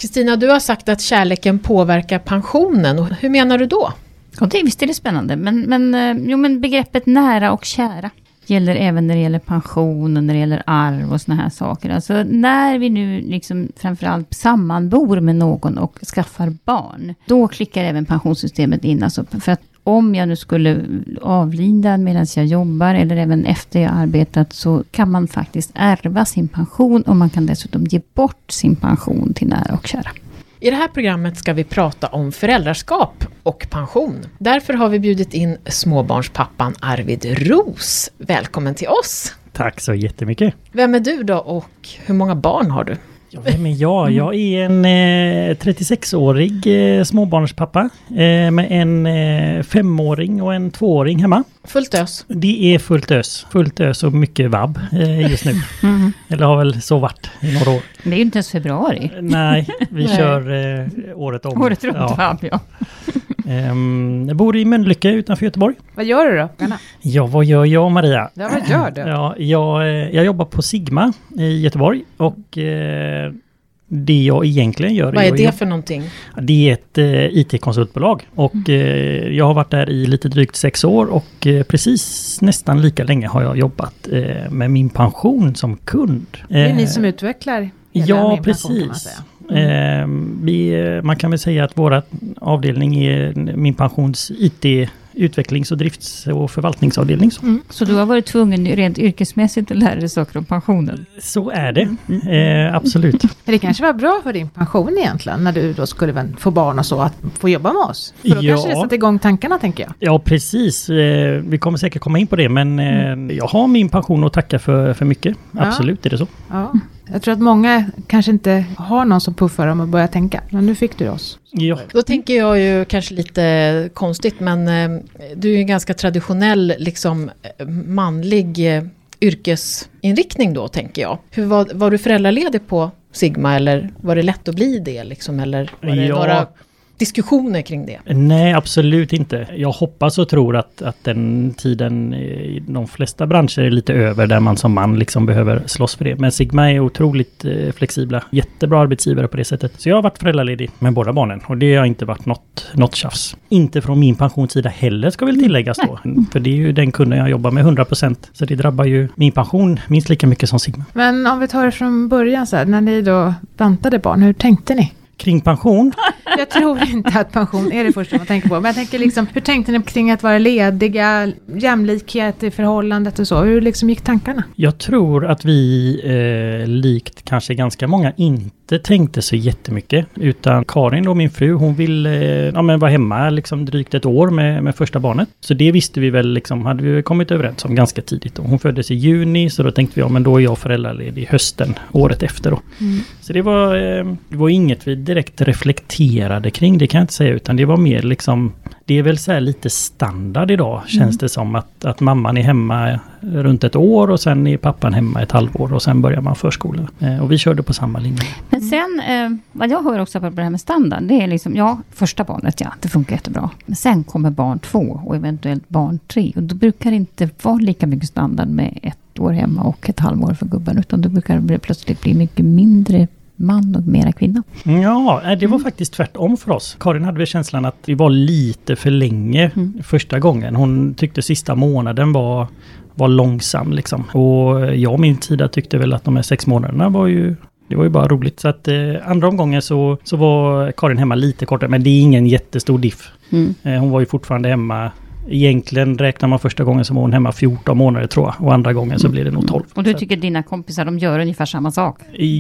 Kristina, du har sagt att kärleken påverkar pensionen. Och hur menar du då? Ja, visst är det spännande. Men begreppet nära och kära gäller även när det gäller pension och när det gäller arv och såna här saker. Alltså när vi nu liksom framförallt sammanbor med någon och skaffar barn, då klickar även pensionssystemet in. Alltså för att om jag nu skulle avlida medan jag jobbar eller även efter jag arbetat, så kan man faktiskt ärva sin pension och man kan dessutom ge bort sin pension till nära och kära. I det här programmet ska vi prata om föräldraskap och pension. Därför har vi bjudit in småbarnspappan Arvid Roos. Välkommen till oss. Tack så jättemycket. Vem är du då och hur många barn har du? Ja, vem är jag? Jag är en 36-årig småbarnspappa med en 5-åring och en 2-åring hemma. Fullt ös? Det är fullt ös. Fullt ös och mycket vabb just nu. Eller har väl så varit i några år. Det är ju inte ens februari. Nej, vi kör året om. Året runt vabb, ja. Jag bor i Mölnlycke utanför Göteborg. Vad gör du då? Ja, vad gör jag, Maria? Ja, vad gör du? Ja, jag jobbar på Sigma i Göteborg och det jag egentligen gör... Vad är det för någonting? Det är ett IT-konsultbolag och jag har varit där i lite drygt 6 år och precis nästan lika länge har jag jobbat med min pension som kund. Det är ni som utvecklar hela min pension, kan man säga. Man kan väl säga att våra avdelning är min pensions IT-utvecklings- och drifts- och förvaltningsavdelning. Så du har varit tvungen rent yrkesmässigt att lära dig saker om pensionen? Så är det, absolut. Det kanske var bra för din pension egentligen, när du då skulle få barn och så, att få jobba med oss. För då kanske det satte igång tankarna, tänker jag. Ja, precis. Vi kommer säkert komma in på det, men jag har min pension att tacka för mycket. Absolut, är det så. Ja. Jag tror att många kanske inte har någon som puffar dem och börjar tänka. Men nu fick du oss. Ja. Då tänker jag ju kanske lite konstigt, men du är ju en ganska traditionell liksom manlig yrkesinriktning då, tänker jag. Hur var du föräldraledig på Sigma, eller var det lätt att bli det liksom, eller var det några diskussioner kring det? Nej, absolut inte. Jag hoppas och tror att den tiden i de flesta branscher är lite över, där man som man liksom behöver slåss för det. Men Sigma är otroligt flexibla. Jättebra arbetsgivare på det sättet. Så jag har varit föräldraledig med båda barnen och det har inte varit något tjafs. Inte från min pensionssida heller, ska väl tilläggas då. För det är ju den kunden jag jobbar med 100%. Så det drabbar ju min pension minst lika mycket som Sigma. Men om vi tar det från början så här, när ni då väntade barn, hur tänkte ni? Kring pension? Jag tror inte att pension är det första man tänker på. Men jag tänker liksom, hur tänkte ni kring att vara lediga, jämlikhet i förhållandet och så? Hur liksom gick tankarna? Jag tror att vi, likt kanske ganska många, inte tänkte så jättemycket. Utan Karin och min fru, hon ville vara hemma liksom drygt ett år med första barnet. Så det visste vi väl, liksom, hade vi kommit överens om ganska tidigt. Och hon föddes i juni, så då tänkte vi, men då är jag föräldraledig hösten året efter då. Så det var inget vi direkt reflekterade kring, det kan jag inte säga, utan det var mer liksom, det är väl så här lite standard idag, känns det som, att mamman är hemma runt ett år och sen är pappan hemma ett halvår och sen börjar man förskola. Och vi körde på samma linje. Men sen, vad jag hör också på det här med standard, det är liksom, första barnet, det funkar jättebra. Men sen kommer barn 2 och eventuellt barn 3, och då brukar det inte vara lika mycket standard med 1 år hemma och ett halvår för gubben, utan då brukar det plötsligt bli mycket mindre man och mera kvinna. Ja, det var faktiskt tvärtom för oss. Karin hade väl känslan att vi var lite för länge första gången. Hon tyckte sista månaden var långsam liksom. Och jag och min sida tyckte väl att de här 6 månaderna var ju bara roligt. Så att andra omgången så var Karin hemma lite kortare, men det är ingen jättestor diff. Hon var ju fortfarande hemma. Egentligen räknar man första gången som hon hemma 14 månader, tror jag. Och andra gången så blir det nog 12. Och du tycker dina kompisar, de gör ungefär samma sak?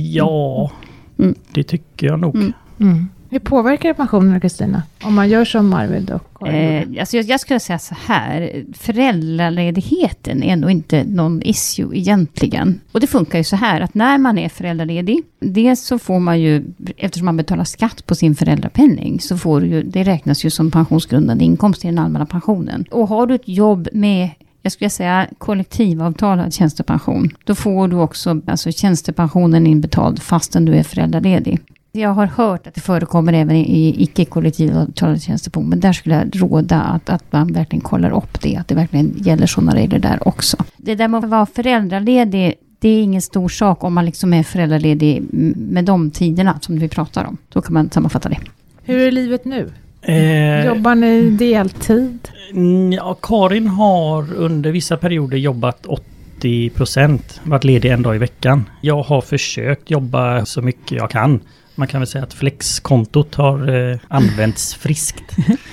Ja, det tycker jag nog. Hur påverkar pensionen, Kristina? Om man gör som Arvid och Karin? Alltså jag skulle säga så här. Föräldraledigheten är nog inte någon issue egentligen. Och det funkar ju så här att när man är föräldraledig, det så får man ju, eftersom man betalar skatt på sin föräldrapenning, så får du ju, det räknas ju som pensionsgrundande inkomst i den allmänna pensionen. Och har du ett jobb med, jag skulle säga, kollektivavtalad tjänstepension, då får du också tjänstepensionen inbetald fastän du är föräldraledig. Jag har hört att det förekommer även i icke-kollektivavtalade tjänstepension, men där skulle jag råda att man verkligen kollar upp det, att det verkligen gäller sådana regler där också. Det där med att vara föräldraledig, det är ingen stor sak om man liksom är föräldraledig med de tiderna som vi pratar om. Då kan man sammanfatta det. Hur är livet nu? Jobbar ni deltid? Ja, Karin har under vissa perioder jobbat 80%, varit ledig en dag i veckan. Jag har försökt jobba så mycket jag kan. Man kan väl säga att flexkontot har använts friskt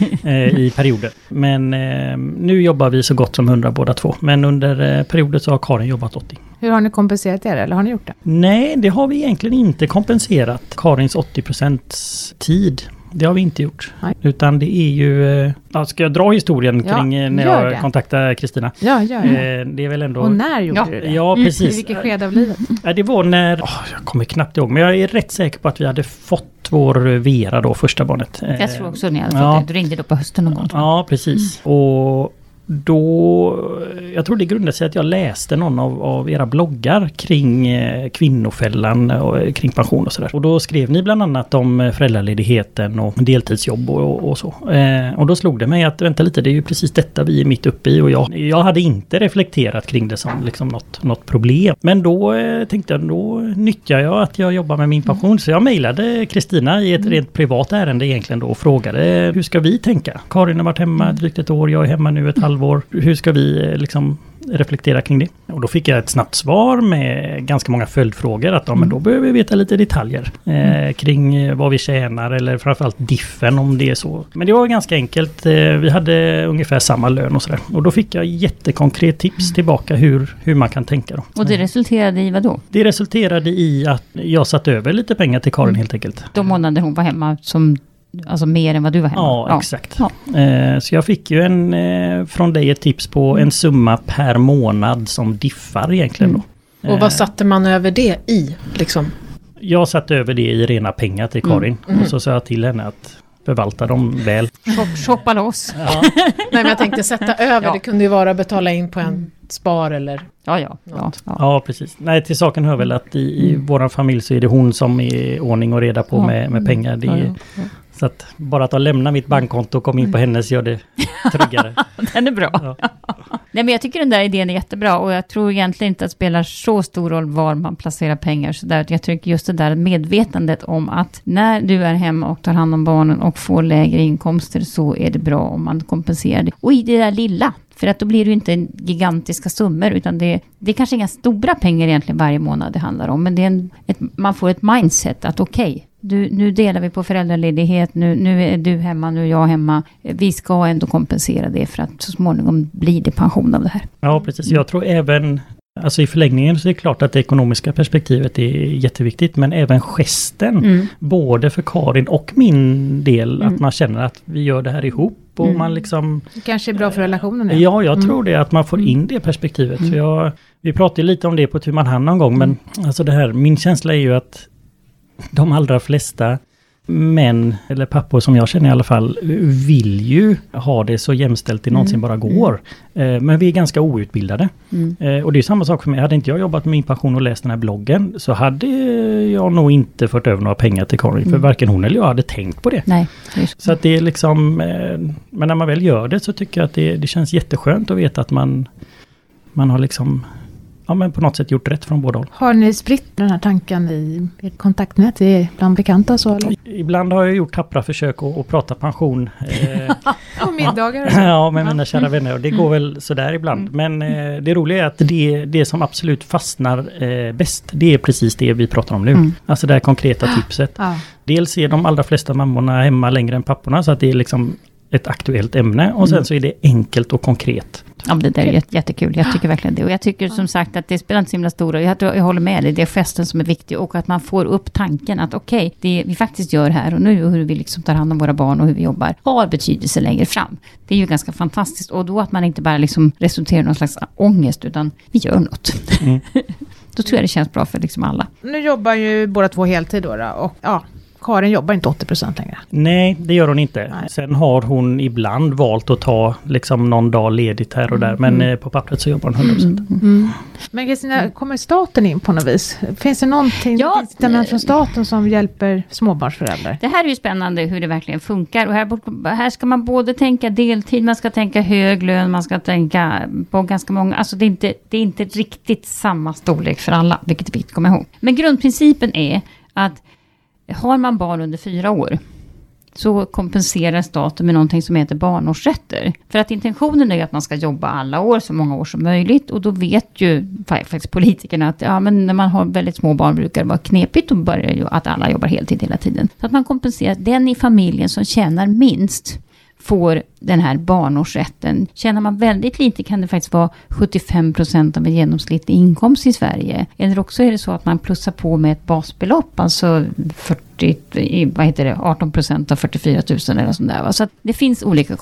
i perioder. Men nu jobbar vi så gott som 100 båda två. Men under perioder så har Karin jobbat 80. Hur har ni kompenserat er, eller har ni gjort det? Nej, det har vi egentligen inte kompenserat. Karins 80% tid. Det har vi inte gjort. Nej. Utan det är ju... ska jag dra historien kring när jag kontaktade Kristina? Ja, gör det. Det är väl ändå... Och när gjorde du det? Ja, precis. I vilket skede av livet? Det var när... jag kommer knappt ihåg. Men jag är rätt säker på att vi hade fått vår Vera då, första barnet. Jag tror också ni hade fått det. Du ringde då på hösten någon gång. Ja, precis. Och... Då, jag tror det grundade sig att jag läste någon av era bloggar kring kvinnofällan och kring pension och sådär. Och då skrev ni bland annat om föräldraledigheten och deltidsjobb och så. Och då slog det mig att vänta lite, det är ju precis detta vi är mitt uppe i, och jag hade inte reflekterat kring det som liksom något problem. Men då tänkte jag, då nyttjar jag att jag jobbar med min pension. Så jag mejlade Kristina i ett rent privat ärende egentligen då och frågade, hur ska vi tänka? Karin har varit hemma drygt ett år, jag är hemma nu ett halvår. Hur ska vi liksom reflektera kring det? Och då fick jag ett snabbt svar med ganska många följdfrågor att men då behöver vi veta lite detaljer kring vad vi tjänar eller framförallt diffen om det är så. Men det var ganska enkelt. Vi hade ungefär samma lön och sådär. Och då fick jag jättekonkret tips tillbaka hur man kan tänka då. Och det resulterade i vad då? Det resulterade i att jag satt över lite pengar till Karin helt enkelt. De månader hon var hemma alltså mer än vad du var hemma. Ja, exakt. Ja. Så jag fick ju från dig ett tips på en summa per månad som diffar egentligen då. Och vad satte man över det i liksom? Jag satte över det i rena pengar till Karin. Och så sa jag till henne att förvalta dem väl. Shoppa loss. Ja. Nej, men jag tänkte sätta över. Det kunde ju vara betala in på en spar eller... Ja, precis. Nej, till saken hör väl att i vår familj så är det hon som är ordning och reda på med pengar. Så att bara att lämna mitt bankkonto och komma in på hennes gör det tryggare. Den är bra. Ja. Nej, men jag tycker den där idén är jättebra, och jag tror egentligen inte att det spelar så stor roll var man placerar pengar. Så där, jag tycker just det där medvetandet om att när du är hemma och tar hand om barnen och får lägre inkomster, så är det bra om man kompenserar det. Och i det där lilla, för att då blir det ju inte gigantiska summor, utan det är kanske inga stora pengar egentligen varje månad det handlar om. Men det är man får ett mindset att okej, nu delar vi på föräldraledighet, nu är du hemma, nu är jag hemma. Vi ska ändå kompensera det för att så småningom blir det pension av det här. Ja, precis. Jag tror även, alltså i förlängningen så är det klart att det ekonomiska perspektivet är jätteviktigt, men även gesten, både för Karin och min del, att man känner att vi gör det här ihop. Och man liksom, det kanske är bra för relationen. Ja, jag tror det, att man får in det perspektivet. För vi pratade lite om det på hur man hann någon gång, men alltså det här, min känsla är ju att de allra flesta män eller pappor som jag känner i alla fall vill ju ha det så jämställt det någonsin bara går. Men vi är ganska outbildade. Och det är samma sak för mig. Hade inte jag jobbat med min passion och läst den här bloggen, så hade jag nog inte fått över några pengar till Karin. För varken hon eller jag hade tänkt på det. Nej, så att det är liksom, men när man väl gör det så tycker jag att det känns jätteskönt att veta att man har liksom... Ja, men på något sätt gjort rätt från båda håll. Har ni spritt den här tanken i ert kontaktnät bland bekanta så? Eller? Ibland har jag gjort tappra försök att prata pension. Och middagar. Ja, med mina kära vänner. Och det går väl sådär ibland. Men det roliga är att det som absolut fastnar bäst, det är precis det vi pratar om nu. Alltså det här konkreta tipset. Dels är de allra flesta mammorna hemma längre än papporna, så att det är liksom ett aktuellt ämne. Och sen så är det enkelt och konkret. Ja, det där är jättekul. Jag tycker verkligen det. Och jag tycker som sagt att det spelar inte så himla stora. Jag håller med dig. Det är gesten som är viktig. Och att man får upp tanken att okej, det vi faktiskt gör här och nu, och hur vi liksom tar hand om våra barn och hur vi jobbar, har betydelse längre fram. Det är ju ganska fantastiskt. Och då att man inte bara liksom resulterar i någon slags ångest, utan vi gör något. Då tror jag det känns bra för liksom alla. Nu jobbar ju båda två heltid då. Och Karin jobbar inte 80% längre. Nej, det gör hon inte. Nej. Sen har hon ibland valt att ta liksom någon dag ledigt här och där. Men på pappret så jobbar hon 100%. Men Kristina, kommer staten in på något vis? Finns det någonting incitament från staten som hjälper småbarnsföräldrar? Det här är ju spännande hur det verkligen funkar. Och här ska man både tänka deltid, man ska tänka hög lön, man ska tänka på ganska många. Alltså det är inte riktigt samma storlek för alla, vilket är viktigt att komma ihåg. Men grundprincipen är att har man barn under 4 år så kompenserar staten med någonting som heter barnårsrätter. För att intentionen är att man ska jobba alla år, så många år som möjligt. Och då vet ju faktiskt politikerna att men när man har väldigt små barn brukar det vara knepigt och börjar ju att alla jobbar heltid hela tiden. Så att man kompenserar den i familjen som tjänar minst får den här barnårsrätten. Tjänar man väldigt lite kan det faktiskt vara 75% av en genomsnittlig inkomst i Sverige. Eller också är det så att man plussar på med ett basbelopp, alltså 18% av 44 000 eller sånt där. Så att det finns olika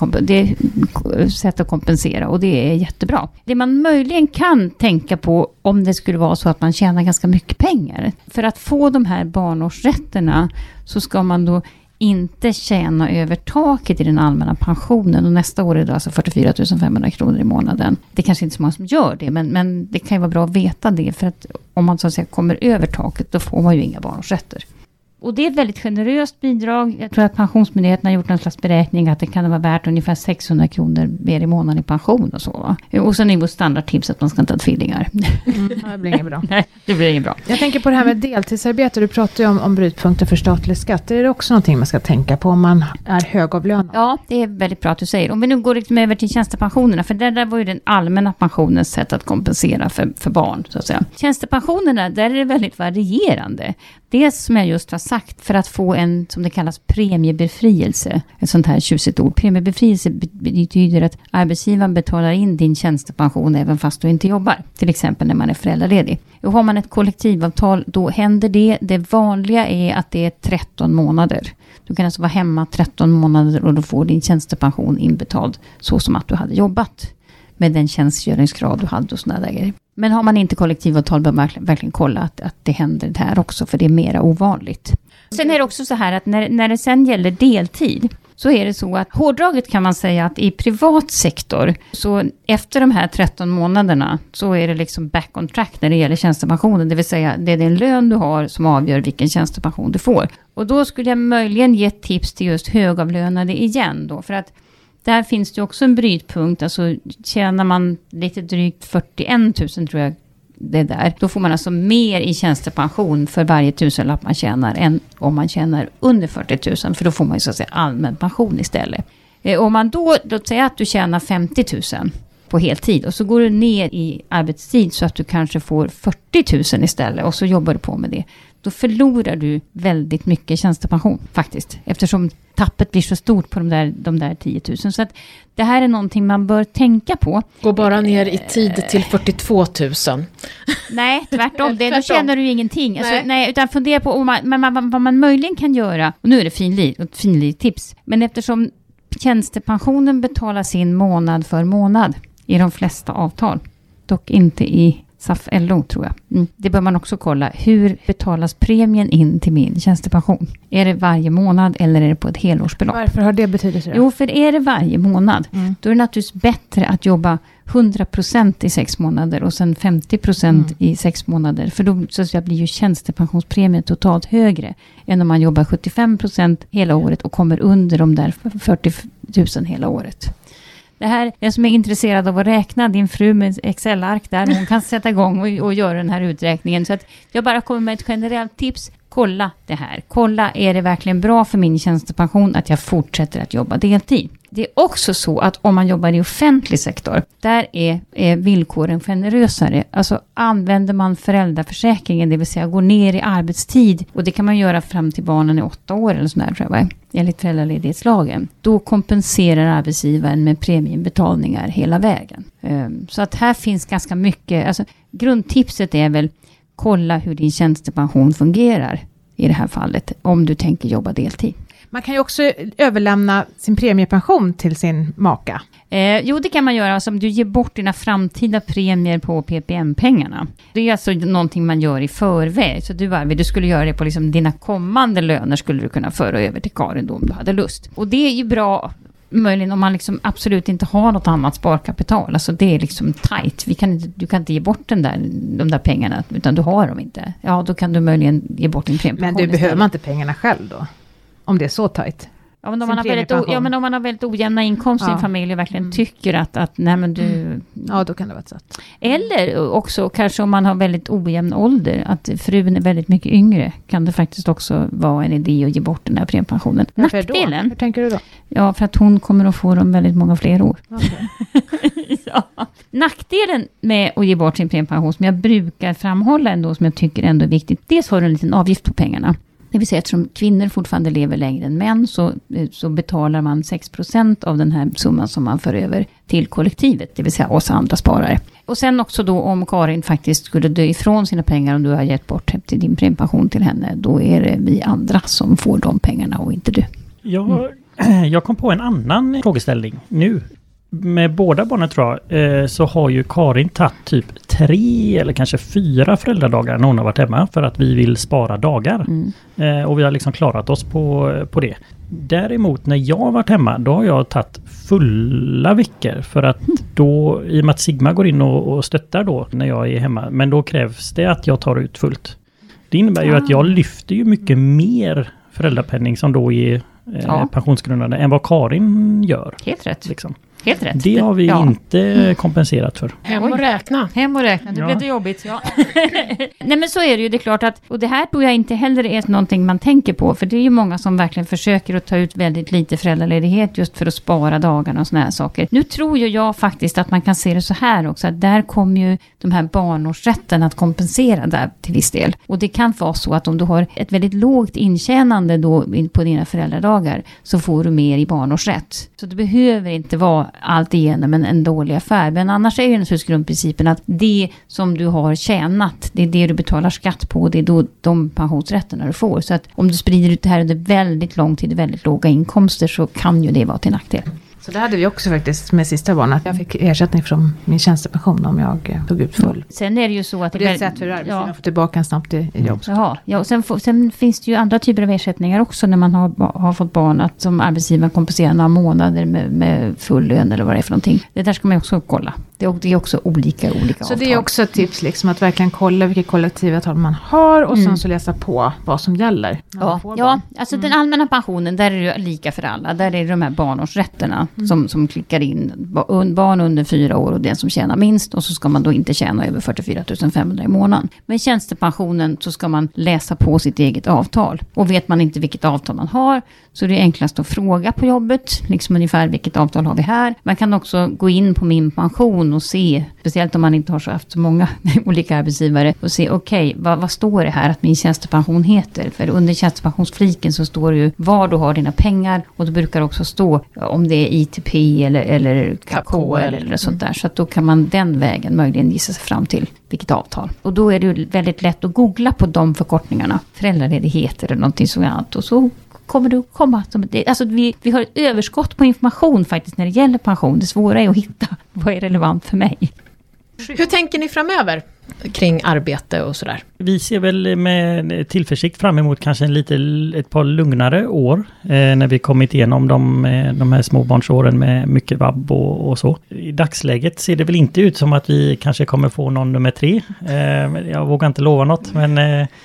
sätt att kompensera och det är jättebra. Det man möjligen kan tänka på om det skulle vara så att man tjänar ganska mycket pengar. För att få de här barnårsrätterna så ska man då inte tjäna över taket i den allmänna pensionen. Och nästa år är det alltså 44 500 kronor i månaden. Det är kanske inte så många som gör det, men det kan ju vara bra att veta det. För att om man så att säga kommer över taket, då får man ju inga barnårsrätter. Och det är ett väldigt generöst bidrag. Jag tror att Pensionsmyndigheten har gjort en slags beräkning att det kan vara värt ungefär 600 kronor mer i månaden i pension och så. Och sen är vårt standardtips att man ska inte ha tvillingar. Det blir inget bra. Nej, det blir inget bra. Jag tänker på det här med deltidsarbete. Du pratar ju om brytpunkter för statlig skatt. Är det också någonting man ska tänka på om man är högavlönad? Ja, det är väldigt bra att du säger. Om vi nu går liksom över till tjänstepensionerna, för där var ju den allmänna pensionens sätt att kompensera för barn, så att säga. Tjänstepensionerna, där är det väldigt varierande. Det som jag just har sagt, för att få en, som det kallas, premiebefrielse, ett sånt här tjusigt ord. Premiebefrielse betyder att arbetsgivaren betalar in din tjänstepension även fast du inte jobbar. Till exempel när man är föräldraledig. Och har man ett kollektivavtal, då händer det. Det vanliga är att det är 13 månader. Du kan alltså vara hemma 13 månader och då får din tjänstepension inbetald så som att du hade jobbat med den tjänstgöringsgrad du hade och sådana där grejer. Men har man inte kollektivavtal bör man verkligen kolla att det händer det här också, för det är mera ovanligt. Sen är det också så här att när det sen gäller deltid så är det så att hårdraget kan man säga att i privat sektor så efter de här 13 månaderna så är det liksom back on track när det gäller tjänstepensionen. Det vill säga det är den lön du har som avgör vilken tjänstepension du får. Och då skulle jag möjligen ge tips till just högavlönade igen då, för att där finns det också en brytpunkt, alltså tjänar man lite drygt 41 000 tror jag det där. Då får man alltså mer i tjänstepension för varje tusenlapp man tjänar än om man tjänar under 40 000, för då får man ju så att säga allmän pension istället. Om man då säger att du tjänar 50 000 på heltid och så går du ner i arbetstid så att du kanske får 40 000 istället och så jobbar du på med det. Då förlorar du väldigt mycket tjänstepension faktiskt, eftersom tappet blir så stort på de där 10 000. Så att det här är någonting man bör tänka på. Gå bara ner i tid till 42 000. Nej, tvärtom. Då känner du ju ingenting. Alltså, nej, utan fundera på vad man möjligen kan göra. Och nu är det finlir tips. Men eftersom tjänstepensionen betalas in månad för månad i de flesta avtal, dock inte i SAF-LO tror jag. Det bör man också kolla. Hur betalas premien in till min tjänstepension? Är det varje månad eller är det på ett helårsbelopp? Varför har det betydelse? Jo, för är det varje månad, då är det naturligtvis bättre att jobba 100% i 6 månader och sen 50% i 6 månader. För då så blir ju tjänstepensionspremien totalt högre än om man jobbar 75% hela året och kommer under de där 40 000 hela året. Det här, den som är intresserad av att räkna, din fru med Excel-ark där, hon kan sätta igång och göra den här uträkningen. Så att jag bara kommer med ett generellt tips. Kolla det här. Kolla, är det verkligen bra för min tjänstepension att jag fortsätter att jobba deltid? Det är också så att om man jobbar i offentlig sektor, där är villkoren generösare. Alltså använder man föräldraförsäkringen, det vill säga går ner i arbetstid, och det kan man göra fram till barnen är 8 år eller sådär tror jag, enligt föräldraledighetslagen. Då kompenserar arbetsgivaren med premiebetalningar hela vägen. Så att här finns ganska mycket, alltså grundtipset är väl kolla hur din tjänstepension fungerar i det här fallet, om du tänker jobba deltid. Man kan ju också överlämna sin premiepension till sin maka. Jo, det kan man göra. Alltså, om du ger bort dina framtida premier på PPM-pengarna. Det är alltså någonting man gör i förväg. Så du skulle göra det på liksom dina kommande löner, skulle du kunna föra över till Karin då, om du hade lust. Och det är ju bra, möjligen om man liksom absolut inte har något annat sparkapital. Alltså det är liksom tajt. Du kan inte ge bort de där pengarna, utan du har dem inte. Ja, då kan du möjligen ge bort din premiepension. Men du behöver man inte pengarna själv då? Om det är så tajt? Ja, men om man har väldigt ojämna inkomster i en familj och verkligen tycker att nej, men du... Ja, då kan det vara ett sätt. Eller också kanske om man har väldigt ojämn ålder, att frun är väldigt mycket yngre, kan det faktiskt också vara en idé att ge bort den här premiepensionen. Nackdelen? Hur tänker du då? Ja, för att hon kommer att få dem väldigt många fler år. Okay. Ja. Nackdelen med att ge bort sin premiepension, som jag brukar framhålla ändå, som jag tycker ändå är viktigt, dels har du en liten avgift på pengarna. Det vill säga, eftersom kvinnor fortfarande lever längre än män, så betalar man 6% av den här summan som man för över till kollektivet, det vill säga oss andra sparare. Och sen också då, om Karin faktiskt skulle dö ifrån sina pengar, om du har gett bort till din premiepension till henne, då är det vi andra som får de pengarna och inte du. Jag kom på en annan frågeställning nu. Med båda barnen tror jag, så har ju Karin tagit typ 3 eller kanske 4 föräldradagar när hon har varit hemma, för att vi vill spara dagar. Och vi har liksom klarat oss på det. Däremot när jag har varit hemma, då har jag tagit fulla veckor, för att då, i och med att Sigma går in och stöttar då när jag är hemma, men då krävs det att jag tar ut fullt. Det innebär ju att jag lyfter ju mycket mer föräldrapenning som då är pensionsgrundande än vad Karin gör. Helt rätt. Liksom. Helt rätt. Det har vi inte kompenserat för. Hem och räkna. Det blev det jobbigt. Ja. Nej, men så är det ju. Det är klart att, och det här tror jag inte heller är någonting man tänker på. För det är ju många som verkligen försöker att ta ut väldigt lite föräldraledighet just för att spara dagarna och såna här saker. Nu tror ju jag faktiskt att man kan se det så här också. Att där kommer ju de här barnårsrätten att kompensera där till viss del. Och det kan vara så att om du har ett väldigt lågt intjänande då på dina föräldradagar, så får du mer i barnårsrätt. Så det behöver inte vara allt igenom en dålig affär. Men annars är ju naturligtvis grundprincipen att det som du har tjänat, det är det du betalar skatt på, det är då de pensionsrätterna du får. Så att om du sprider ut det här under väldigt lång tid, väldigt låga inkomster, så kan ju det vara till nackdel. Så det hade vi också faktiskt med sista barnet. Jag fick ersättning från min tjänstepension om jag tog ut full. Sen är det ju så att det är ett sätt för arbetsgivaren att få tillbaka en snabbt i jobb. Ja, och sen finns det ju andra typer av ersättningar också när man har fått barn, att som arbetsgivaren kompenserar några månader med full lön eller vad det är för någonting. Det där ska man ju också kolla. Det är också olika så avtal. Det är också ett tips liksom, att verkligen kolla vilket kollektivavtal man har och sen så läsa på vad som gäller. Ja, alltså den allmänna pensionen, där är det lika för alla. Där är det de här barnårsrätterna som klickar in barn under 4 år och den som tjänar minst, och så ska man då inte tjäna över 44 500 i månaden. Men tjänstepensionen, så ska man läsa på sitt eget avtal. Och vet man inte vilket avtal man har, så är det enklast att fråga på jobbet, liksom ungefär vilket avtal har vi här. Man kan också gå in på Min pension och se, speciellt om man inte har haft så många olika arbetsgivare, och se vad står det här att min tjänstepension heter? För under tjänstepensionsfliken så står det ju var du har dina pengar, och då brukar det också stå om det är ITP eller KK eller sånt där. Så att då kan man den vägen möjligen gissa sig fram till vilket avtal. Och då är det ju väldigt lätt att googla på de förkortningarna. Föräldraledighet eller någonting sådant, och så kommer du komma. Alltså vi har ett överskott på information faktiskt när det gäller pension. Det svåra är att hitta vad är relevant för mig. Hur tänker ni framöver kring arbete och sådär? Vi ser väl med tillförsikt fram emot kanske ett par lugnare år när vi kommit igenom de här småbarnsåren med mycket vabb och så. I dagsläget ser det väl inte ut som att vi kanske kommer få någon nummer 3. Jag vågar inte lova något, men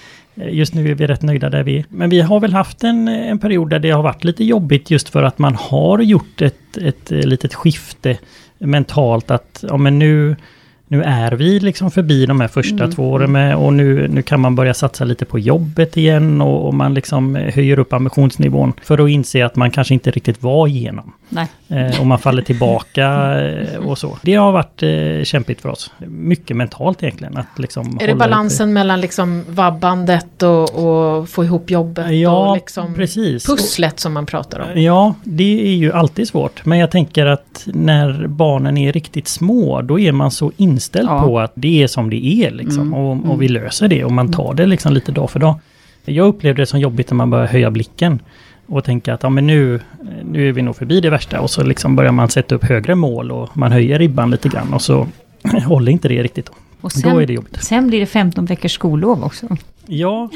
just nu är vi rätt nöjda där vi är. Men vi har väl haft en period där det har varit lite jobbigt, just för att man har gjort ett litet skifte mentalt, att ja, men nu är vi liksom förbi de här första 2 åren med, och nu kan man börja satsa lite på jobbet igen, och man liksom höjer upp ambitionsnivån för att inse att man kanske inte riktigt var igenom. Nej. Och man faller tillbaka och så. Det har varit kämpigt för oss. Mycket mentalt egentligen. Att liksom är det balansen mellan liksom vabbandet och få ihop jobbet och liksom precis. Pusslet som man pratar om? Ja, det är ju alltid svårt. Men jag tänker att när barnen är riktigt små, då är man så inställd på att det är som det är liksom, och vi löser det, och man tar det liksom lite dag för dag. Jag upplevde det som jobbigt när man börjar höja blicken. och tänka att ja, men nu är vi nog förbi det värsta, och så liksom börjar man sätta upp högre mål och man höjer ribban lite grann och så håller inte det riktigt då. Och sen, då är det jobbigt. Sen blir det 15 veckors skollov också. Ja.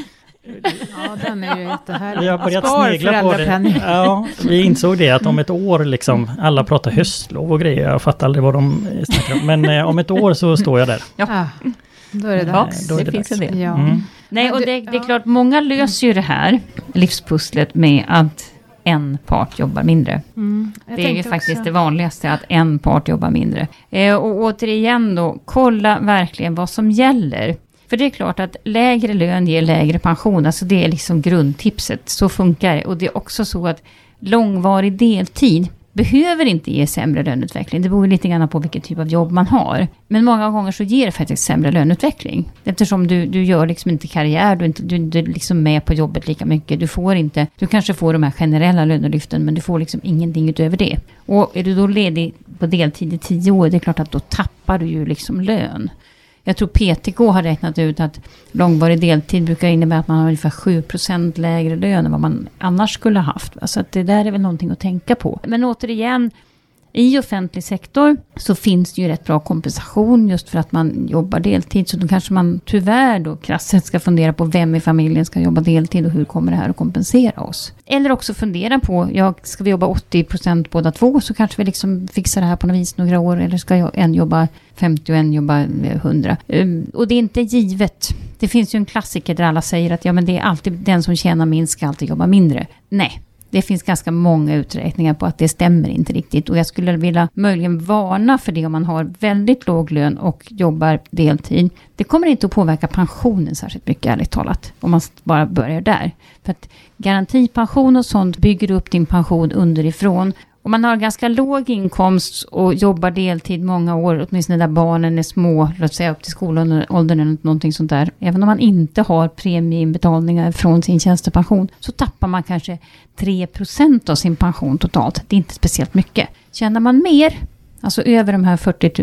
Ja, den är ju jättehärlig. Vi har börjat snegla på det. Ja, vi insåg det att om ett år liksom, alla pratar höstlov och grejer, jag fattar aldrig vad de snackar om. Men om ett år så står jag där. Ja. Då är det dags. Då är det finns dags. det. Ja. Nej, och det är klart, många löser ju det här livspusslet med att en part jobbar mindre. Det är ju faktiskt det vanligaste, att en part jobbar mindre. Och återigen då, kolla verkligen vad som gäller. För det är klart att lägre lön ger lägre pension. Alltså det är liksom grundtipset. Så funkar det. Och det är också så att långvarig deltid behöver inte ge sämre löneutveckling. Det beror lite grann på vilken typ av jobb man har. Men många gånger så ger det faktiskt sämre löneutveckling. Eftersom du gör liksom inte karriär. Du är inte liksom med på jobbet lika mycket. Du kanske får de här generella lönelyften, men du får liksom ingenting utöver det. Och är du då ledig på deltid i 10 år, det är klart att då tappar du ju liksom lön. Jag tror PTK har räknat ut att långvarig deltid brukar innebära att man har ungefär 7% lägre lön än vad man annars skulle ha haft. Så att det där är väl någonting att tänka på. Men återigen, i offentlig sektor så finns det ju rätt bra kompensation just för att man jobbar deltid. Så då kanske man tyvärr då krasst ska fundera på vem i familjen ska jobba deltid och hur kommer det här att kompensera oss. Eller också fundera på, ska vi jobba 80% båda två, så kanske vi liksom fixar det här på något vis några år. Eller ska en jobba 50 och en jobba 100. Och det är inte givet. Det finns ju en klassiker där alla säger att ja, men det är alltid den som tjänar minst ska alltid jobba mindre. Nej. Det finns ganska många uträkningar på att det stämmer inte riktigt. Och jag skulle vilja möjligen varna för det om man har väldigt låg lön och jobbar deltid. Det kommer inte att påverka pensionen särskilt mycket, ärligt talat. Om man bara börjar där. För att garantipension och sånt bygger upp din pension underifrån. Om man har ganska låg inkomst och jobbar deltid många år, åtminstone där barnen är små, låt säga upp till skolåldern eller någonting sånt där. Även om man inte har premieinbetalningar från sin tjänstepension, så tappar man kanske 3% av sin pension totalt. Det är inte speciellt mycket. Tjänar man mer, alltså över de här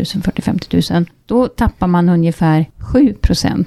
40-50 000, då tappar man ungefär 7%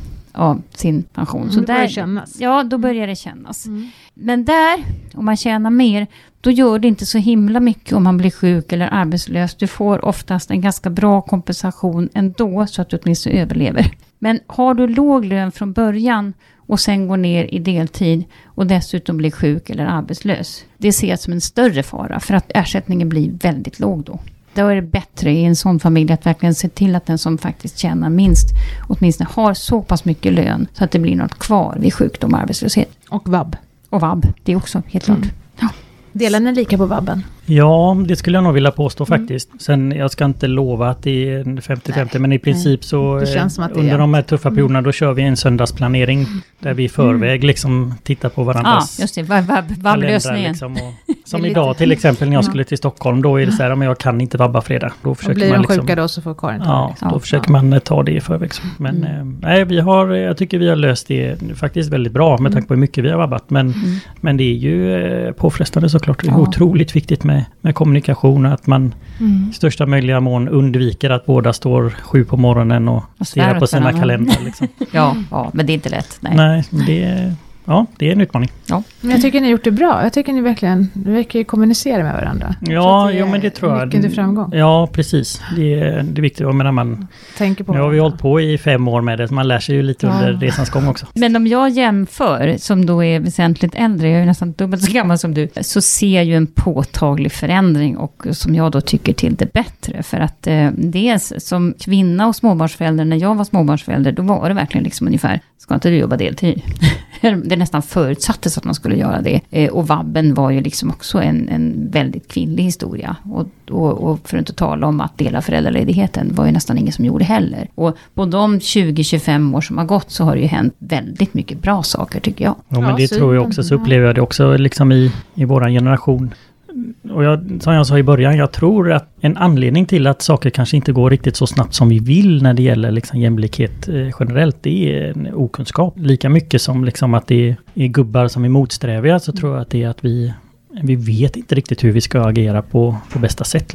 av sin pension. Så då börjar det kännas. Ja, då börjar det kännas. Men där, om man tjänar mer, då gör det inte så himla mycket om man blir sjuk eller arbetslös. Du får oftast en ganska bra kompensation ändå, så att du åtminstone överlever. Men har du låg lön från början och sen går ner i deltid och dessutom blir sjuk eller arbetslös, det ser jag som en större fara, för att ersättningen blir väldigt låg då. Då är det bättre i en sån familj att verkligen se till att den som faktiskt tjänar minst åtminstone har så pass mycket lön så att det blir något kvar vid sjukdom och arbetslöshet. Och vab. Och vab, det är också helt klart. Ja. Delar ni lika på vabben? Ja, det skulle jag nog vilja påstå faktiskt. Sen, jag ska inte lova att det är 50-50, men i princip så det känns som att det under är. de här tuffa perioderna då kör vi en söndagsplanering där vi i förväg liksom tittar på varandras just det, vab-lösningen. Liksom, som idag till exempel när jag skulle till Stockholm, då är det så här, men jag kan inte vabba fredag. Då försöker och blir man de liksom, sjuka då så får Karin ta det. Då försöker man ta det i förväg. Men nej, jag tycker vi har löst det faktiskt väldigt bra med tanke på hur mycket vi har vabbat. Men det är ju påfrestande såklart. Det är otroligt viktigt med kommunikation, att man i största möjliga mån undviker att båda står 7 på morgonen och stirrar på sina kalendrar. Liksom. ja, men det är inte lätt. Nej, det är en utmaning. Ja. Men jag tycker ni har gjort det bra. Jag tycker ni verkar kommunicera med varandra. Ja, men det tror jag. Mycket till framgång. Ja, precis. Det är viktigt. Jag menar, man tänker på. Nu har vi hållit på i 5 år med det, så man lär sig ju lite under resans gång också. Men om jag jämför, som då är väsentligt äldre, jag är nästan dubbelt så gammal som du, så ser jag ju en påtaglig förändring, och som jag då tycker till det bättre. För att dels som kvinna och småbarnsförälder, när jag var småbarnsförälder, då var det verkligen liksom ungefär, ska inte du jobba deltid? Det nästan förutsattes att man skulle göra det. Och vabben var ju liksom också en väldigt kvinnlig historia. Och för att inte tala om att dela föräldraledigheten var ju nästan ingen som gjorde heller. Och på de 20-25 år som har gått så har det ju hänt väldigt mycket bra saker, tycker jag. Ja, men det tror jag också, så upplever jag det också liksom i vår generation. Och som jag sa i början, jag tror att en anledning till att saker kanske inte går riktigt så snabbt som vi vill när det gäller liksom jämlikhet generellt, det är en okunskap. Lika mycket som liksom att det är gubbar som är motsträviga, så tror jag att det är att vi vet inte riktigt hur vi ska agera på bästa sätt. Liksom.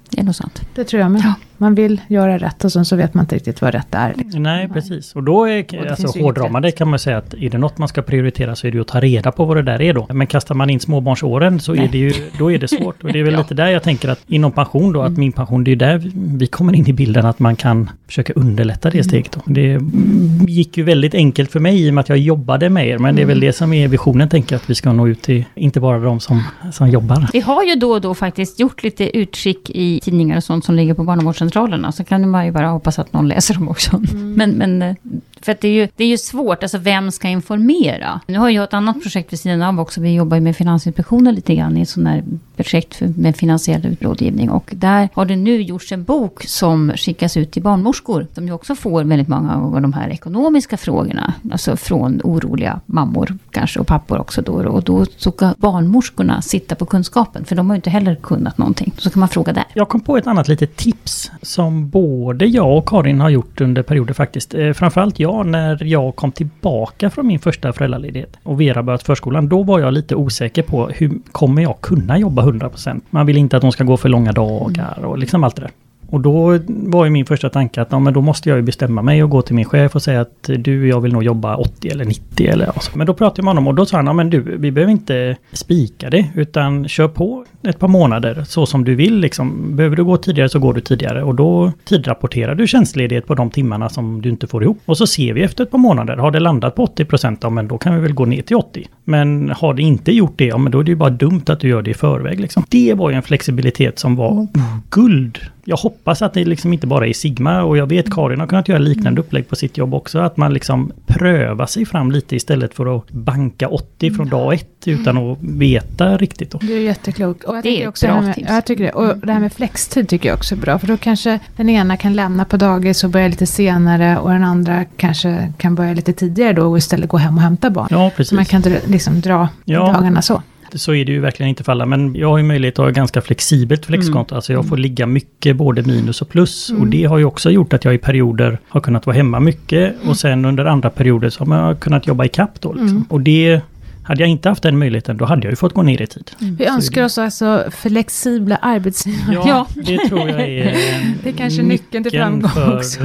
Det är nog sant. Det tror jag med. Ja. Man vill göra rätt och så vet man inte riktigt vad rätt är. Liksom. Nej, precis. Och då är, alltså hårdramande kan man säga att är det något man ska prioritera så är det ju att ta reda på vad det där är då. Men kastar man in småbarnsåren så är det ju, då är det svårt. Och det är väl lite där jag tänker att inom pension då, att min pension, det är där vi kommer in i bilden att man kan försöka underlätta det steget då. Det gick ju väldigt enkelt för mig i och med att jag jobbade med er, men det är väl det som är visionen, tänker jag, att vi ska nå ut till inte bara de som jobbar. Vi har ju då och då faktiskt gjort lite utskick i tidningar och sånt som ligger på barnavårdscentralerna, så kan man ju bara hoppas att någon läser dem också. Men för att det är ju svårt, alltså vem ska informera? Nu har jag ett annat projekt vid sidan av också, vi jobbar ju med Finansinspektionen lite grann i ett sånt här projekt med finansiell rådgivning, och där har det nu gjorts en bok som skickas ut till barnmorskor, de ju också får väldigt många av de här ekonomiska frågorna, alltså från oroliga mammor kanske och pappor också då, och då ska barnmorskorna sitta på kunskapen, för de har ju inte heller kunnat någonting, så kan man fråga där. Jag kom på ett annat litet tips som både jag och Karin har gjort under perioder faktiskt, framförallt jag när jag kom tillbaka från min första föräldraledighet och Vera börjat förskolan, då var jag lite osäker på hur kommer jag kunna jobba 100%. Man vill inte att de ska gå för långa dagar och liksom allt det där. Och då var ju min första tanke att men då måste jag ju bestämma mig och gå till min chef och säga att jag vill nog jobba 80 eller 90 eller så. Men då pratade jag med honom och då sa han, men vi behöver inte spika det, utan kör på ett par månader så som du vill. Liksom. Behöver du gå tidigare så går du tidigare, och då tidrapporterar du tjänstledighet på de timmarna som du inte får ihop. Och så ser vi efter ett par månader, har det landat på 80%, men då kan vi väl gå ner till 80. Men har det inte gjort det, men då är det ju bara dumt att du gör det i förväg. Liksom. Det var ju en flexibilitet som var guld. Jag hoppas att det liksom inte bara är Sigma, och jag vet Karin har kunnat göra liknande upplägg på sitt jobb också, att man liksom prövar sig fram lite istället för att banka 80 från dag 1 utan att veta riktigt. Då. Det är jätteklokt. Och jag det är också ett bra med, tips. jag tycker det. Och det här med flextid tycker jag också är bra, för då kanske den ena kan lämna på dagis och börja lite senare, och den andra kanske kan börja lite tidigare då och istället gå hem och hämta barn. Ja, precis. Så man kan liksom dra dagarna så. Så är det ju verkligen inte falla, men jag har ju möjlighet att ha ganska flexibelt flexkonto. Alltså jag får ligga mycket både minus och plus. Och det har ju också gjort att jag i perioder har kunnat vara hemma mycket. Och sen under andra perioder så har man kunnat jobba i kapp då. Liksom. Och det... Hade jag inte haft den möjligheten, då hade jag ju fått gå ner i tid. Vi önskar oss alltså flexibla arbetsgivare. Ja, det tror jag är det är kanske nyckeln till framgång också.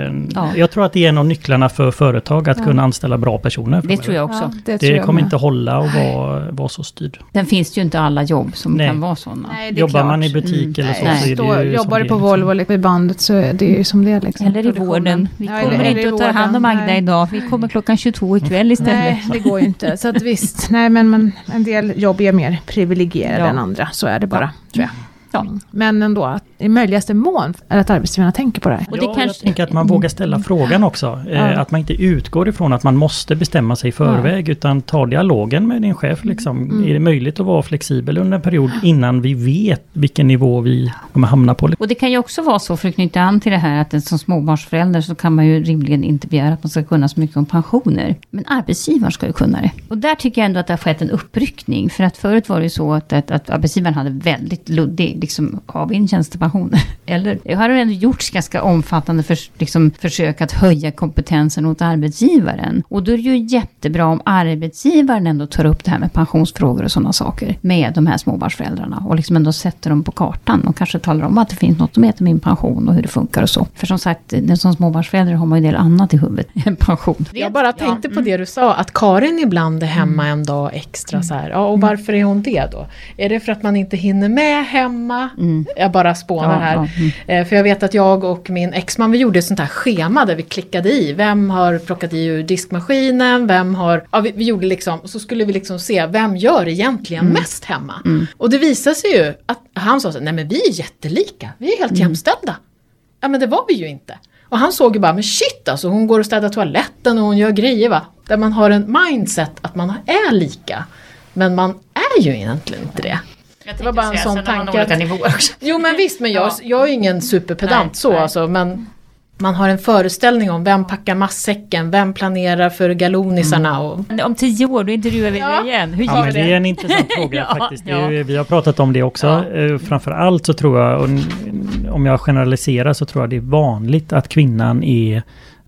Jag tror att det är en av nycklarna för företag att kunna anställa bra personer. Det tror jag också. Ja, det kommer inte hålla och vara så styrd. Den finns ju inte alla jobb som kan vara sådana. Nej, jobbar klart. man i butik eller så är det ju jobbar du på Volvo eller på bandet så är det ju som det liksom. Eller i vården. Vi kommer inte att ta hand om Magda idag. Vi kommer klockan 22 ikväll istället. Nej, det går ju inte. Så att visst. Nej, men en del jobb är mer privilegierade än andra. Så är det bara, tror jag. Ja. Men ändå, att i möjligaste mån är att arbetsgivarna tänker på det här. Och jag tänker att man vågar ställa frågan också. Att man inte utgår ifrån att man måste bestämma sig i förväg, utan ta dialogen med din chef. Liksom. Är det möjligt att vara flexibel under en period innan vi vet vilken nivå vi kommer hamna på? Och det kan ju också vara så, för att knyta an till det här, att som småbarnsförälder så kan man ju rimligen inte begära att man ska kunna så mycket om pensioner. Men arbetsgivaren ska ju kunna det. Och där tycker jag ändå att det har skett en uppryckning. För att förut var det ju så att arbetsgivaren hade väldigt luddig, liksom, har vi en tjänstepension? Eller det har ändå gjorts ganska omfattande försök att höja kompetensen åt arbetsgivaren. Och då är det ju jättebra om arbetsgivaren ändå tar upp det här med pensionsfrågor och sådana saker med de här småbarnsföräldrarna. Och liksom ändå sätter dem på kartan och kanske talar om att det finns något som heter min pension och hur det funkar och så. För som sagt, den som småbarnsförälder har man ju en del annat i huvudet än pension. Jag bara tänkte på det du sa, att Karin ibland är hemma en dag extra så här. Ja, och varför är hon det då? Är det för att man inte hinner med hemma? Jag bara spånar här. För jag vet att jag och min exman, vi gjorde ett sånt här schema där vi klickade i. Vem har plockat i ur diskmaskinen? Vem har... Ja, vi gjorde liksom... Så skulle vi liksom se, vem gör egentligen mest hemma? Och det visade sig ju att han sa så, nej men vi är jättelika. Vi är helt jämställda. Ja, men det var vi ju inte. Och han såg ju bara, men shit alltså, hon går och städar toaletten och hon gör grejer, va? Där man har en mindset att man är lika. Men man är ju egentligen inte det. Det var bara en sån tanke att, jo men visst, men jag är ingen superpedant alltså, men man har en föreställning om vem packar matsäcken, vem planerar för galonisarna. Och... Om 10 år, då intervjuar vi igen. Hur gör men det är en intressant fråga faktiskt. Vi har pratat om det också. Framförallt så tror jag, och om jag generaliserar så tror jag det är vanligt att kvinnan är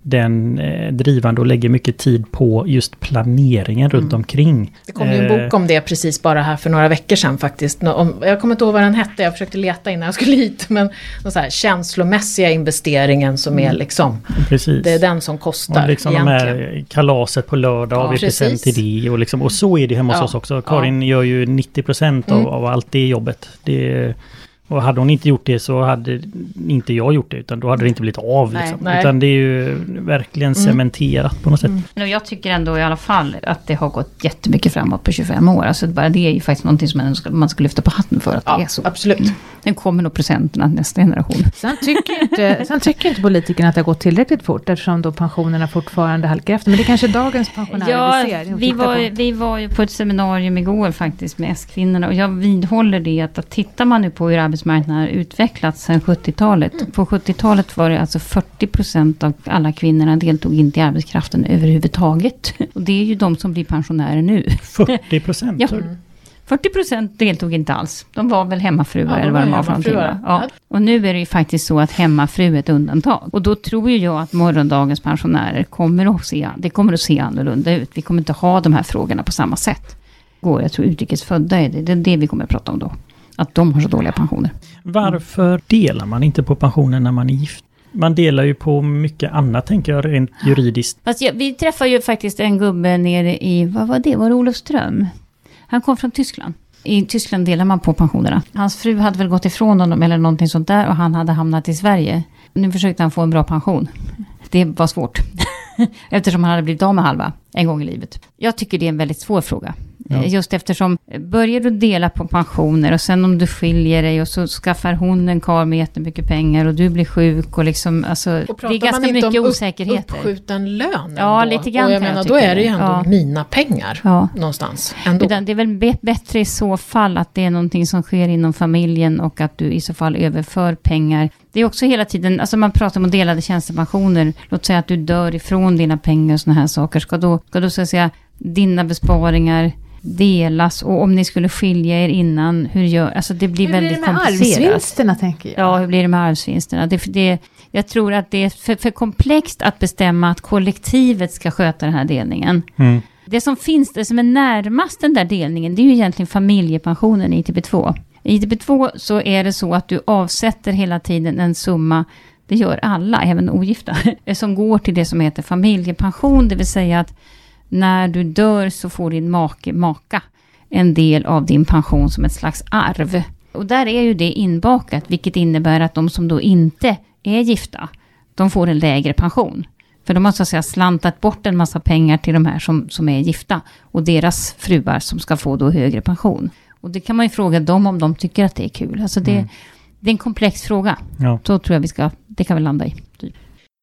den drivande och lägger mycket tid på just planeringen runt omkring. Det kom ju en bok om det precis bara här för några veckor sedan faktiskt. Jag kommer inte ihåg vad den hette, jag försökte leta innan jag skulle hit, men så här, känslomässiga investeringen som är liksom, precis. Det är den som kostar och liksom egentligen. De här kalaset på lördag och vi present till det och så är det hemma hos oss också. Karin gör ju 90% av allt det jobbet. Och hade hon inte gjort det så hade inte jag gjort det, utan då hade det inte blivit av. Liksom. Utan det är ju verkligen cementerat på något sätt. Men jag tycker ändå i alla fall att det har gått jättemycket framåt på 25 år. Alltså bara det är ju faktiskt någonting som man ska lyfta på hatten för att det är så. Absolut. Den kommer nog procenterna nästa generation. Sen tycker inte politikerna att det har gått tillräckligt fort, eftersom då pensionerna fortfarande halkar efter. Men det är kanske dagens pensionärer vi ser. Vi var ju på ett seminarium igår faktiskt med S-kvinnorna, och jag vidhåller det att tittar man nu på hur arbetsmarknaden har utvecklats sedan 70-talet. På 70-talet var det alltså 40% av alla kvinnorna deltog inte i arbetskraften överhuvudtaget. Och det är ju de som blir pensionärer nu. 40%? Ja. 40% deltog inte alls. De var väl hemmafruar eller vad de var för någonting. Ja. Och nu är det ju faktiskt så att hemmafru är ett undantag. Och då tror ju jag att morgondagens pensionärer kommer att se annorlunda ut. Vi kommer inte ha de här frågorna på samma sätt. Jag tror utrikesfödda är det vi kommer att prata om då. Att de har så dåliga pensioner. Varför delar man inte på pensionen när man är gift? Man delar ju på mycket annat, tänker jag, rent juridiskt. Fast vi träffade ju faktiskt en gubbe nere i, var det Olofström? Han kom från Tyskland. I Tyskland delar man på pensionerna. Hans fru hade väl gått ifrån honom eller någonting sånt där, och han hade hamnat i Sverige. Nu försökte han få en bra pension. Det var svårt. Eftersom han hade blivit av med halva en gång i livet. Jag tycker det är en väldigt svår fråga. Ja. Just eftersom börjar du dela på pensioner och sen om du skiljer dig och så skaffar hon en karl med jättemycket pengar och du blir sjuk och liksom, alltså, och det är ganska mycket osäkerheter. Uppskjuten lön ja, lite grann. Och jag menar, då är det ju ändå mina pengar någonstans. Ändå. Utan det är väl bättre i så fall att det är någonting som sker inom familjen och att du i så fall överför pengar. Det är också hela tiden, alltså man pratar om delade tjänstepensioner. Låt säga att du dör ifrån dina pengar och såna här saker. Ska då så att säga dina besparingar delas, och om ni skulle skilja er innan, alltså det blir väldigt komplicerat. Hur blir det med arvsvinsterna, tänker jag? Ja, hur blir det med arvsvinsterna? Jag tror att det är för komplext att bestämma att kollektivet ska sköta den här delningen. Det som finns, det som är närmast den där delningen, det är ju egentligen familjepensionen i ITP2. I ITP2 så är det så att du avsätter hela tiden en summa, det gör alla, även ogifta, som går till det som heter familjepension, det vill säga att när du dör så får din maka en del av din pension som ett slags arv. Och där är ju det inbakat, vilket innebär att de som då inte är gifta, de får en lägre pension. För de har så att säga slantat bort en massa pengar till de här som är gifta och deras fruar som ska få då högre pension. Och det kan man ju fråga dem om de tycker att det är kul. Alltså det är en komplex fråga. Ja. Så tror jag det kan vi landa i. Typ.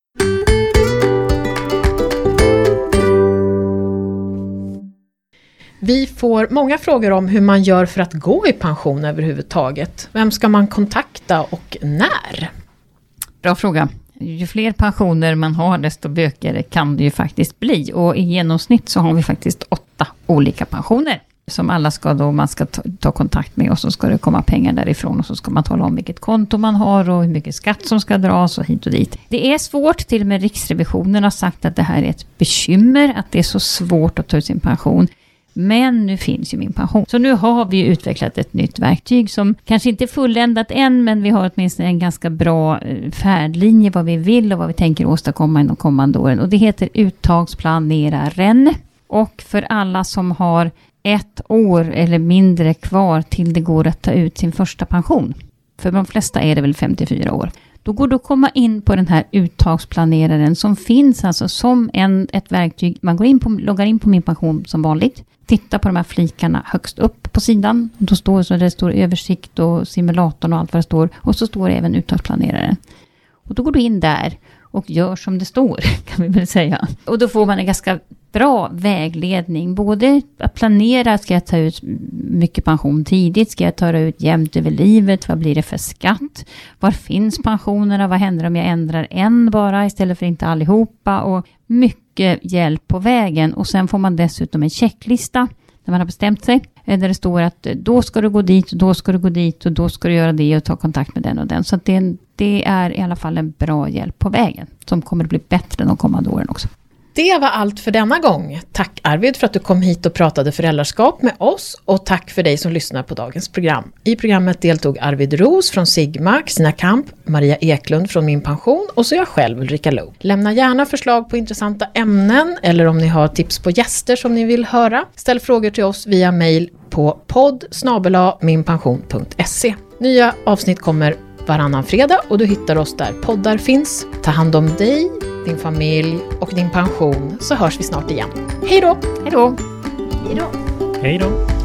Vi får många frågor om hur man gör för att gå i pension överhuvudtaget. Vem ska man kontakta och när? Bra fråga. Ju fler pensioner man har, desto bökigare kan det ju faktiskt bli. Och i genomsnitt så har vi faktiskt 8 olika pensioner. Som alla ska då, man ska ta kontakt med, och så ska det komma pengar därifrån och så ska man tala om vilket konto man har och hur mycket skatt som ska dras och hit och dit. Det är svårt, till och med Riksrevisionen har sagt att det här är ett bekymmer, att det är så svårt att ta ut sin pension. Men nu finns ju min pension. Så nu har vi utvecklat ett nytt verktyg som kanske inte är fulländat än, men vi har åtminstone en ganska bra färdlinje vad vi vill och vad vi tänker åstadkomma i de kommande åren. Och det heter Uttagsplaneraren. Och för alla som har 1 år eller mindre kvar till det går att ta ut sin första pension. För de flesta är det väl 54 år. Då går det att komma in på den här uttagsplaneraren som finns alltså som ett verktyg. Man loggar in på min pension som vanligt. Titta på de här flikarna högst upp på sidan. Då det står översikt och simulatorn och allt vad det står. Och så står det även uttagsplaneraren. Och då går du in där och gör som det står, kan vi väl säga. Och då får man en ganska bra vägledning. Både att planera, ska jag ta ut mycket pension tidigt? Ska jag ta ut jämnt över livet? Vad blir det för skatt? Var finns pensionerna? Vad händer om jag ändrar en bara istället för inte allihopa? Och mycket hjälp på vägen. Och sen får man dessutom en checklista när man har bestämt sig. Där det står att då ska du gå dit, då ska du gå dit och då ska du göra det och ta kontakt med den och den. Så att det är i alla fall en bra hjälp på vägen som kommer att bli bättre de kommande åren också. Det var allt för denna gång. Tack Arvid för att du kom hit och pratade föräldraskap med oss och tack för dig som lyssnar på dagens program. I programmet deltog Arvid Ros från Sigma, Kristina Kamp, Maria Eklund från Min Pension och så jag själv Ulrika Lo. Lämna gärna förslag på intressanta ämnen eller om ni har tips på gäster som ni vill höra. Ställ frågor till oss via mejl på podd@minpension.se. Nya avsnitt kommer varannan fredag och du hittar oss där poddar finns. Ta hand om dig, din familj och din pension så hörs vi snart igen. Hej då! Hej då! Hej då! Hej då!